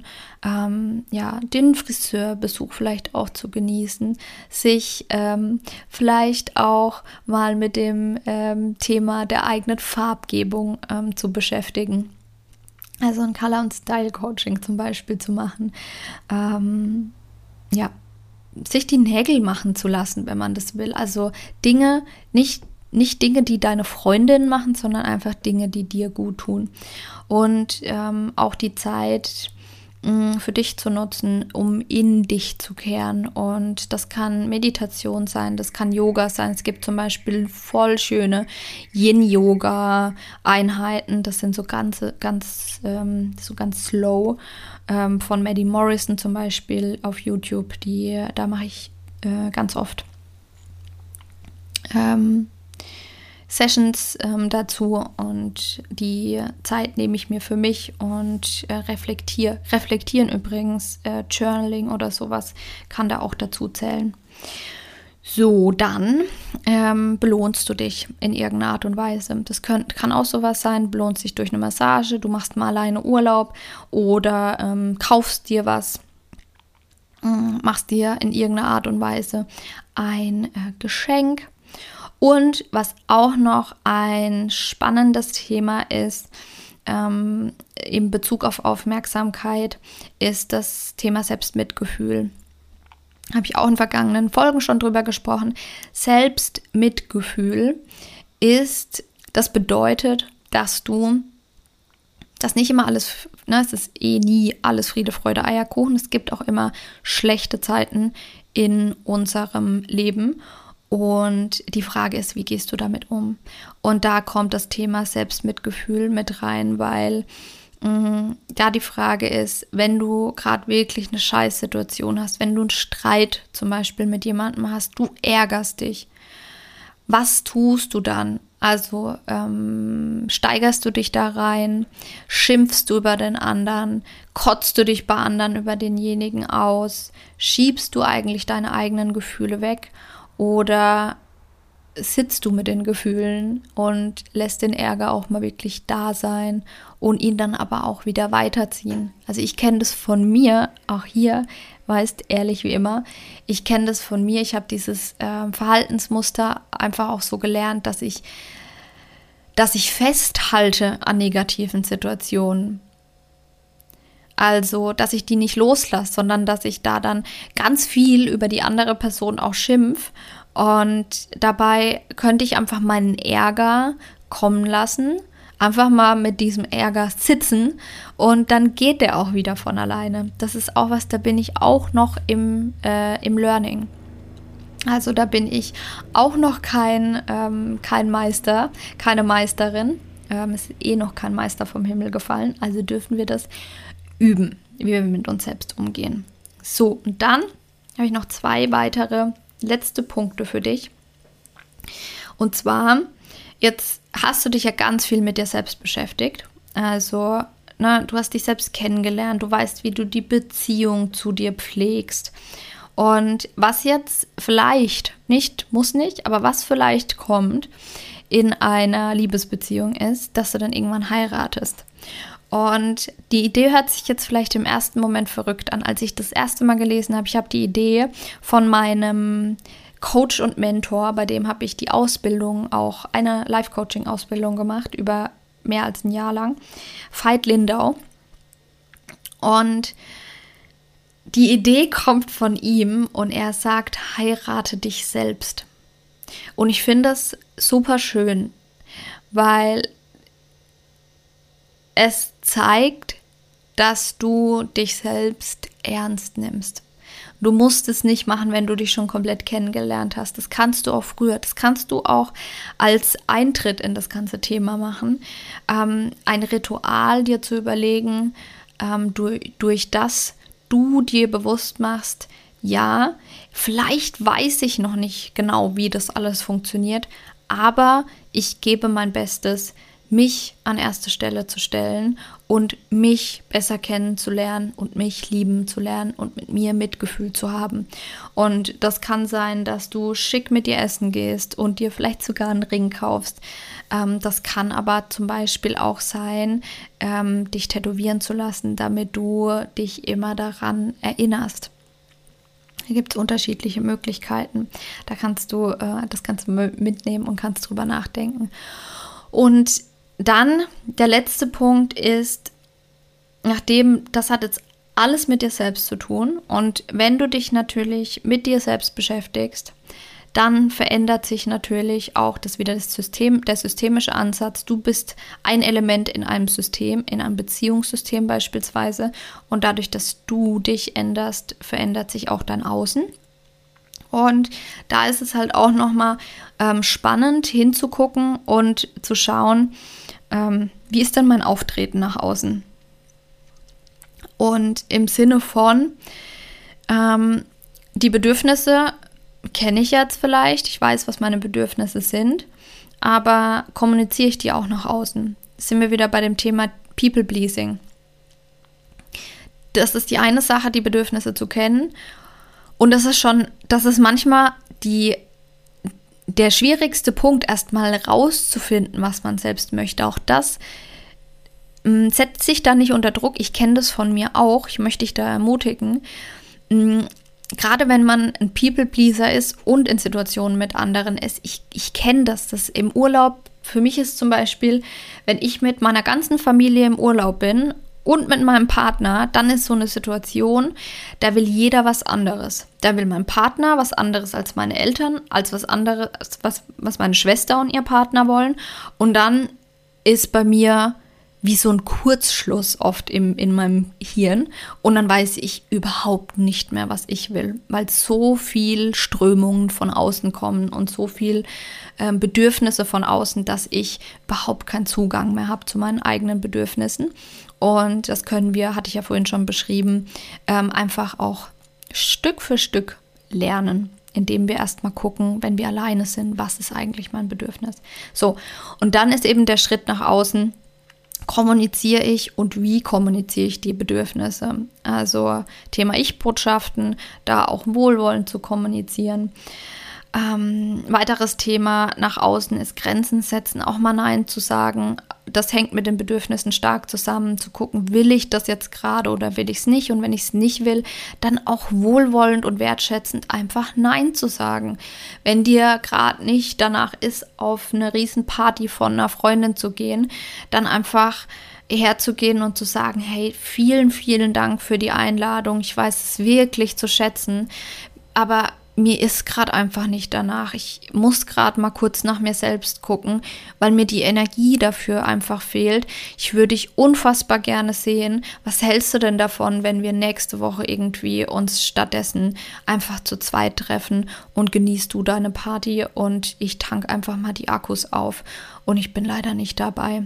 den Friseurbesuch vielleicht auch zu genießen, sich vielleicht auch mal mit dem Thema der eigenen Farbgebung zu beschäftigen. Also ein Color- und Style-Coaching zum Beispiel zu machen. Sich die Nägel machen zu lassen, wenn man das will. Also Dinge, nicht Dinge, die deine Freundin machen, sondern einfach Dinge, die dir gut tun. Und auch die Zeit für dich zu nutzen, um in dich zu kehren. Und das kann Meditation sein, das kann Yoga sein. Es gibt zum Beispiel voll schöne Yin-Yoga-Einheiten. Das sind so ganz slow. Von Maddie Morrison zum Beispiel auf YouTube. Da mache ich ganz oft Sessions dazu, und die Zeit nehme ich mir für mich und reflektieren übrigens, Journaling oder sowas kann da auch dazu zählen. So, dann belohnst du dich in irgendeiner Art und Weise. Das kann auch sowas sein, belohnst dich durch eine Massage, du machst mal alleine Urlaub oder kaufst dir was, machst dir in irgendeiner Art und Weise ein Geschenk. Und was auch noch ein spannendes Thema ist, in Bezug auf Aufmerksamkeit ist das Thema Selbstmitgefühl. Habe ich auch in vergangenen Folgen schon drüber gesprochen. Selbstmitgefühl das bedeutet, dass nicht immer alles, es ist nie alles Friede, Freude, Eierkuchen. Es gibt auch immer schlechte Zeiten in unserem Leben. Und die Frage ist, wie gehst du damit um? Und da kommt das Thema Selbstmitgefühl mit rein, weil da die Frage ist, wenn du gerade wirklich eine Scheißsituation hast, wenn du einen Streit zum Beispiel mit jemandem hast, du ärgerst dich, was tust du dann? Also steigerst du dich da rein, schimpfst du über den anderen, kotzt du dich bei anderen über denjenigen aus, schiebst du eigentlich deine eigenen Gefühle weg oder sitzt du mit den Gefühlen und lässt den Ärger auch mal wirklich da sein und ihn dann aber auch wieder weiterziehen. Also ich kenne das von mir, auch hier, weißt, ehrlich wie immer, ich kenne das von mir, ich habe dieses Verhaltensmuster einfach auch so gelernt, dass ich festhalte an negativen Situationen. Also, dass ich die nicht loslasse, sondern dass ich da dann ganz viel über die andere Person auch schimpf. Und dabei könnte ich einfach meinen Ärger kommen lassen, einfach mal mit diesem Ärger sitzen und dann geht der auch wieder von alleine. Das ist auch was, da bin ich auch noch im Learning. Also da bin ich auch noch kein Meister, keine Meisterin. Es ist noch kein Meister vom Himmel gefallen, also dürfen wir das üben, wie wir mit uns selbst umgehen. So, und dann habe ich noch 2 weitere letzte Punkte für dich. Und zwar, jetzt hast du dich ja ganz viel mit dir selbst beschäftigt. Also, du hast dich selbst kennengelernt, du weißt, wie du die Beziehung zu dir pflegst. Und was jetzt vielleicht, muss nicht, aber was vielleicht kommt in einer Liebesbeziehung ist, dass du dann irgendwann heiratest. Und die Idee hört sich jetzt vielleicht im ersten Moment verrückt an. Als ich das erste Mal gelesen habe, ich habe die Idee von meinem Coach und Mentor, bei dem habe ich die Ausbildung, auch eine Life-Coaching-Ausbildung gemacht, über mehr als ein Jahr lang, Veit Lindau. Und die Idee kommt von ihm und er sagt, heirate dich selbst. Und ich finde das super schön, weil es zeigt, dass du dich selbst ernst nimmst. Du musst es nicht machen, wenn du dich schon komplett kennengelernt hast. Das kannst du auch früher. Das kannst du auch als Eintritt in das ganze Thema machen. Ein Ritual dir zu überlegen, durch das du dir bewusst machst, ja, vielleicht weiß ich noch nicht genau, wie das alles funktioniert, aber ich gebe mein Bestes, mich an erste Stelle zu stellen und mich besser kennenzulernen und mich lieben zu lernen und mit mir Mitgefühl zu haben. Und das kann sein, dass du schick mit dir essen gehst und dir vielleicht sogar einen Ring kaufst. Das kann aber zum Beispiel auch sein, dich tätowieren zu lassen, damit du dich immer daran erinnerst. Da gibt es unterschiedliche Möglichkeiten. Da kannst du das Ganze mitnehmen und kannst drüber nachdenken. Und dann der letzte Punkt ist, das hat jetzt alles mit dir selbst zu tun und wenn du dich natürlich mit dir selbst beschäftigst, dann verändert sich natürlich auch der systemische Ansatz. Du bist ein Element in einem System, in einem Beziehungssystem beispielsweise und dadurch, dass du dich änderst, verändert sich auch dein Außen. Und da ist es halt auch nochmal spannend hinzugucken und zu schauen, wie ist denn mein Auftreten nach außen? Und im Sinne von, die Bedürfnisse kenne ich jetzt vielleicht, ich weiß, was meine Bedürfnisse sind, aber kommuniziere ich die auch nach außen? Sind wir wieder bei dem Thema People-Pleasing. Das ist die eine Sache, die Bedürfnisse zu kennen. Und das ist manchmal der schwierigste Punkt, erstmal rauszufinden, was man selbst möchte. Auch das setzt sich da nicht unter Druck. Ich kenne das von mir auch. Ich möchte dich da ermutigen. Gerade wenn man ein People-Pleaser ist und in Situationen mit anderen ist. Ich kenne das im Urlaub Für mich ist zum Beispiel, wenn ich mit meiner ganzen Familie im Urlaub bin und mit meinem Partner, dann ist so eine Situation, da will jeder was anderes. Da will mein Partner was anderes als meine Eltern, als was anderes, was meine Schwester und ihr Partner wollen. Und dann ist bei mir wie so ein Kurzschluss oft in meinem Hirn und dann weiß ich überhaupt nicht mehr, was ich will, weil so viel Strömungen von außen kommen und so viel Bedürfnisse von außen, dass ich überhaupt keinen Zugang mehr habe zu meinen eigenen Bedürfnissen. Und das können wir, hatte ich ja vorhin schon beschrieben, einfach auch Stück für Stück lernen, indem wir erstmal gucken, wenn wir alleine sind, was ist eigentlich mein Bedürfnis. So, und dann ist eben der Schritt nach außen, kommuniziere ich und wie kommuniziere ich die Bedürfnisse? Also Thema Ich-Botschaften, da auch wohlwollend zu kommunizieren. Weiteres Thema nach außen ist Grenzen setzen, auch mal Nein zu sagen. Das hängt mit den Bedürfnissen stark zusammen, zu gucken, will ich das jetzt gerade oder will ich es nicht? Und wenn ich es nicht will, dann auch wohlwollend und wertschätzend einfach Nein zu sagen. Wenn dir gerade nicht danach ist, auf eine Riesenparty von einer Freundin zu gehen, dann einfach herzugehen und zu sagen, hey, vielen, vielen Dank für die Einladung. Ich weiß es wirklich zu schätzen, aber mir ist gerade einfach nicht danach. Ich muss gerade mal kurz nach mir selbst gucken, weil mir die Energie dafür einfach fehlt. Ich würde dich unfassbar gerne sehen. Was hältst du denn davon, wenn wir nächste Woche irgendwie uns stattdessen einfach zu zweit treffen und genießt du deine Party und ich tank einfach mal die Akkus auf und ich bin leider nicht dabei.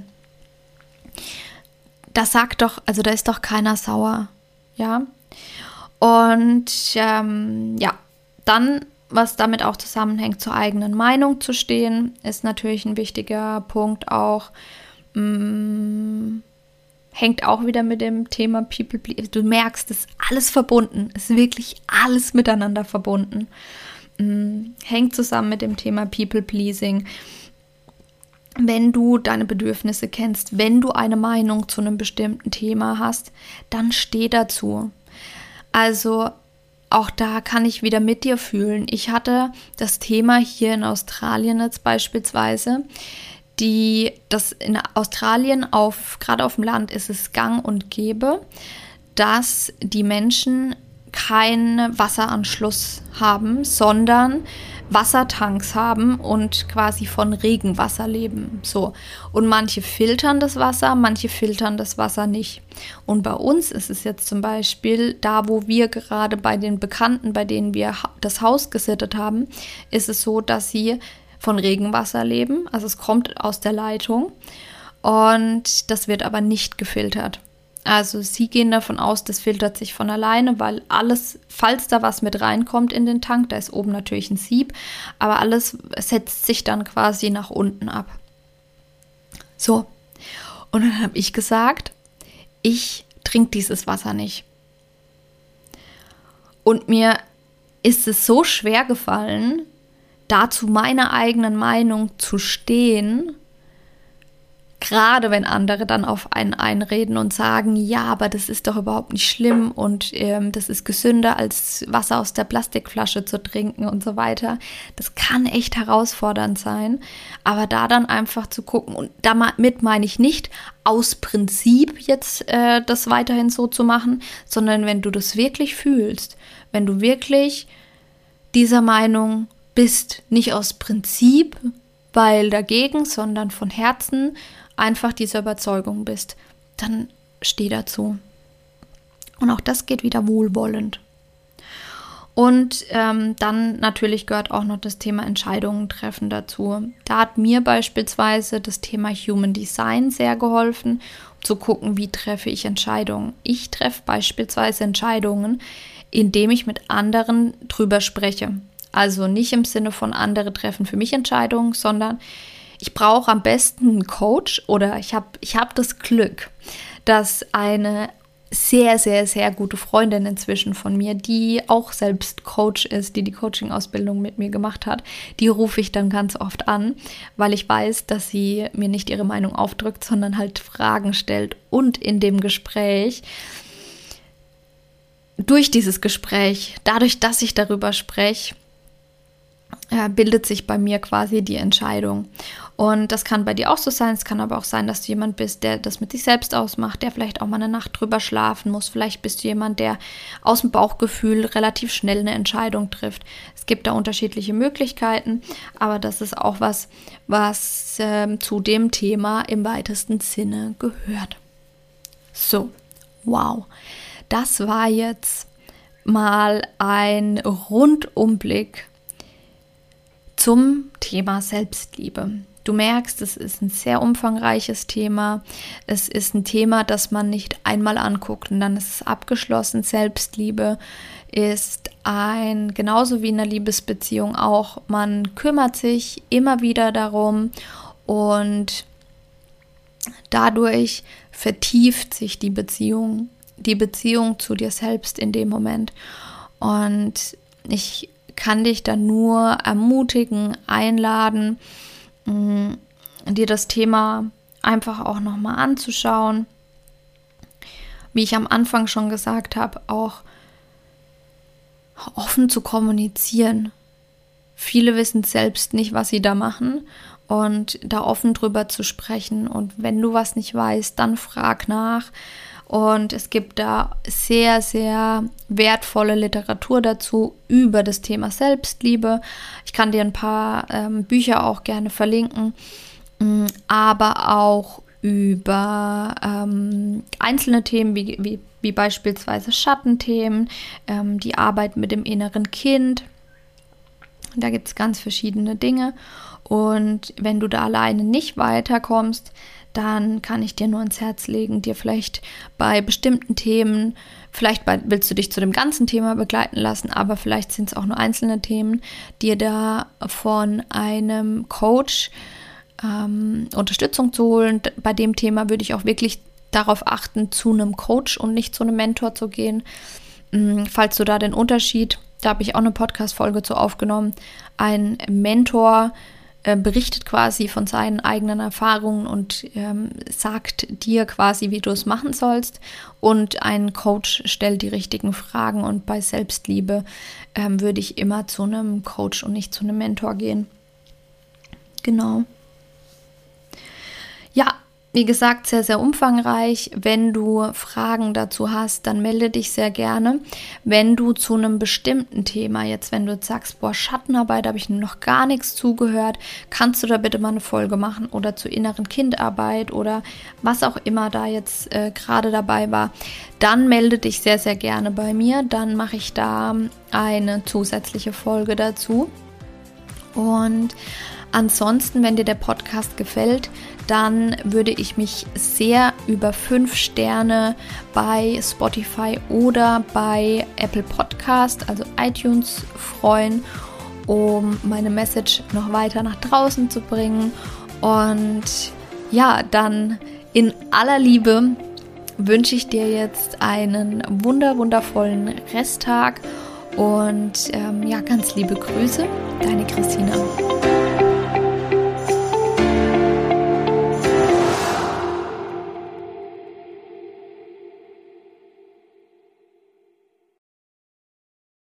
Das sagt doch, also da ist doch keiner sauer, ja. Und dann, was damit auch zusammenhängt, zur eigenen Meinung zu stehen, ist natürlich ein wichtiger Punkt auch. Hängt auch wieder mit dem Thema People Pleasing. Du merkst, es ist alles verbunden. Es ist wirklich alles miteinander verbunden. Hängt zusammen mit dem Thema People Pleasing. Wenn du deine Bedürfnisse kennst, wenn du eine Meinung zu einem bestimmten Thema hast, dann steh dazu. Also auch da kann ich wieder mit dir fühlen. Ich hatte das Thema hier in Australien jetzt beispielsweise, das in Australien gerade auf dem Land ist es gang und gäbe, dass die Menschen keinen Wasseranschluss haben, sondern Wassertanks haben und quasi von Regenwasser leben. So. Und manche filtern das Wasser, manche filtern das Wasser nicht. Und bei uns ist es jetzt zum Beispiel, da wo wir gerade bei den Bekannten, bei denen wir das Haus gesittet haben, ist es so, dass sie von Regenwasser leben. Also es kommt aus der Leitung und das wird aber nicht gefiltert. Also sie gehen davon aus, das filtert sich von alleine, weil alles, falls da was mit reinkommt in den Tank, da ist oben natürlich ein Sieb, aber alles setzt sich dann quasi nach unten ab. So, und dann habe ich gesagt, ich trinke dieses Wasser nicht. Und mir ist es so schwer gefallen, dazu meiner eigenen Meinung zu stehen, gerade wenn andere dann auf einen einreden und sagen, ja, aber das ist doch überhaupt nicht schlimm und das ist gesünder, als Wasser aus der Plastikflasche zu trinken und so weiter. Das kann echt herausfordernd sein, aber da dann einfach zu gucken, und damit meine ich nicht aus Prinzip jetzt das weiterhin so zu machen, sondern wenn du das wirklich fühlst, wenn du wirklich dieser Meinung bist, nicht aus Prinzip, weil dagegen, sondern von Herzen einfach dieser Überzeugung bist, dann steh dazu. Und auch das geht wieder wohlwollend. Und dann natürlich gehört auch noch das Thema Entscheidungen treffen dazu. Da hat mir beispielsweise das Thema Human Design sehr geholfen, um zu gucken, wie treffe ich Entscheidungen. Ich treffe beispielsweise Entscheidungen, indem ich mit anderen drüber spreche. Also nicht im Sinne von andere treffen für mich Entscheidungen, sondern ich brauche am besten einen Coach oder ich hab das Glück, dass eine sehr, sehr, sehr gute Freundin inzwischen von mir, die auch selbst Coach ist, die Coaching-Ausbildung mit mir gemacht hat, die rufe ich dann ganz oft an, weil ich weiß, dass sie mir nicht ihre Meinung aufdrückt, sondern halt Fragen stellt und in dem Gespräch, durch dieses Gespräch, dadurch, dass ich darüber spreche, bildet sich bei mir quasi die Entscheidung. Und das kann bei dir auch so sein. Es kann aber auch sein, dass du jemand bist, der das mit sich selbst ausmacht, der vielleicht auch mal eine Nacht drüber schlafen muss. Vielleicht bist du jemand, der aus dem Bauchgefühl relativ schnell eine Entscheidung trifft. Es gibt da unterschiedliche Möglichkeiten, aber das ist auch was zu dem Thema im weitesten Sinne gehört. So, wow. Das war jetzt mal ein Rundumblick zum Thema Selbstliebe. Du merkst, es ist ein sehr umfangreiches Thema. Es ist ein Thema, das man nicht einmal anguckt und dann ist es abgeschlossen. Selbstliebe ist genauso wie in einer Liebesbeziehung auch, man kümmert sich immer wieder darum und dadurch vertieft sich die Beziehung zu dir selbst in dem Moment. Und ich kann dich dann nur ermutigen, einladen, dir das Thema einfach auch nochmal anzuschauen. Wie ich am Anfang schon gesagt habe, auch offen zu kommunizieren. Viele wissen selbst nicht, was sie da machen und da offen drüber zu sprechen. Und wenn du was nicht weißt, dann frag nach. Und es gibt da sehr, sehr wertvolle Literatur dazu über das Thema Selbstliebe. Ich kann dir ein paar Bücher auch gerne verlinken, aber auch über einzelne Themen wie beispielsweise Schattenthemen, die Arbeit mit dem inneren Kind. Da gibt es ganz verschiedene Dinge. Und wenn du da alleine nicht weiterkommst, dann kann ich dir nur ans Herz legen, dir vielleicht bei bestimmten Themen, willst du dich zu dem ganzen Thema begleiten lassen, aber vielleicht sind es auch nur einzelne Themen, dir da von einem Coach Unterstützung zu holen. Bei dem Thema würde ich auch wirklich darauf achten, zu einem Coach und nicht zu einem Mentor zu gehen. Falls du da den Unterschied, da habe ich auch eine Podcast-Folge zu aufgenommen, ein Mentor berichtet quasi von seinen eigenen Erfahrungen und sagt dir quasi, wie du es machen sollst. Und ein Coach stellt die richtigen Fragen. Und bei Selbstliebe würde ich immer zu einem Coach und nicht zu einem Mentor gehen. Genau. Ja, wie gesagt, sehr, sehr umfangreich. Wenn du Fragen dazu hast, dann melde dich sehr gerne. Wenn du zu einem bestimmten Thema jetzt, wenn du jetzt sagst, boah, Schattenarbeit, habe ich noch gar nichts zugehört, kannst du da bitte mal eine Folge machen oder zur inneren Kindarbeit oder was auch immer da jetzt gerade dabei war, dann melde dich sehr, sehr gerne bei mir. Dann mache ich da eine zusätzliche Folge dazu. Und ansonsten, wenn dir der Podcast gefällt, dann würde ich mich sehr über 5 Sterne bei Spotify oder bei Apple Podcast, also iTunes, freuen, um meine Message noch weiter nach draußen zu bringen. Und ja, dann in aller Liebe wünsche ich dir jetzt einen wundervollen Resttag und ganz liebe Grüße, deine Christina.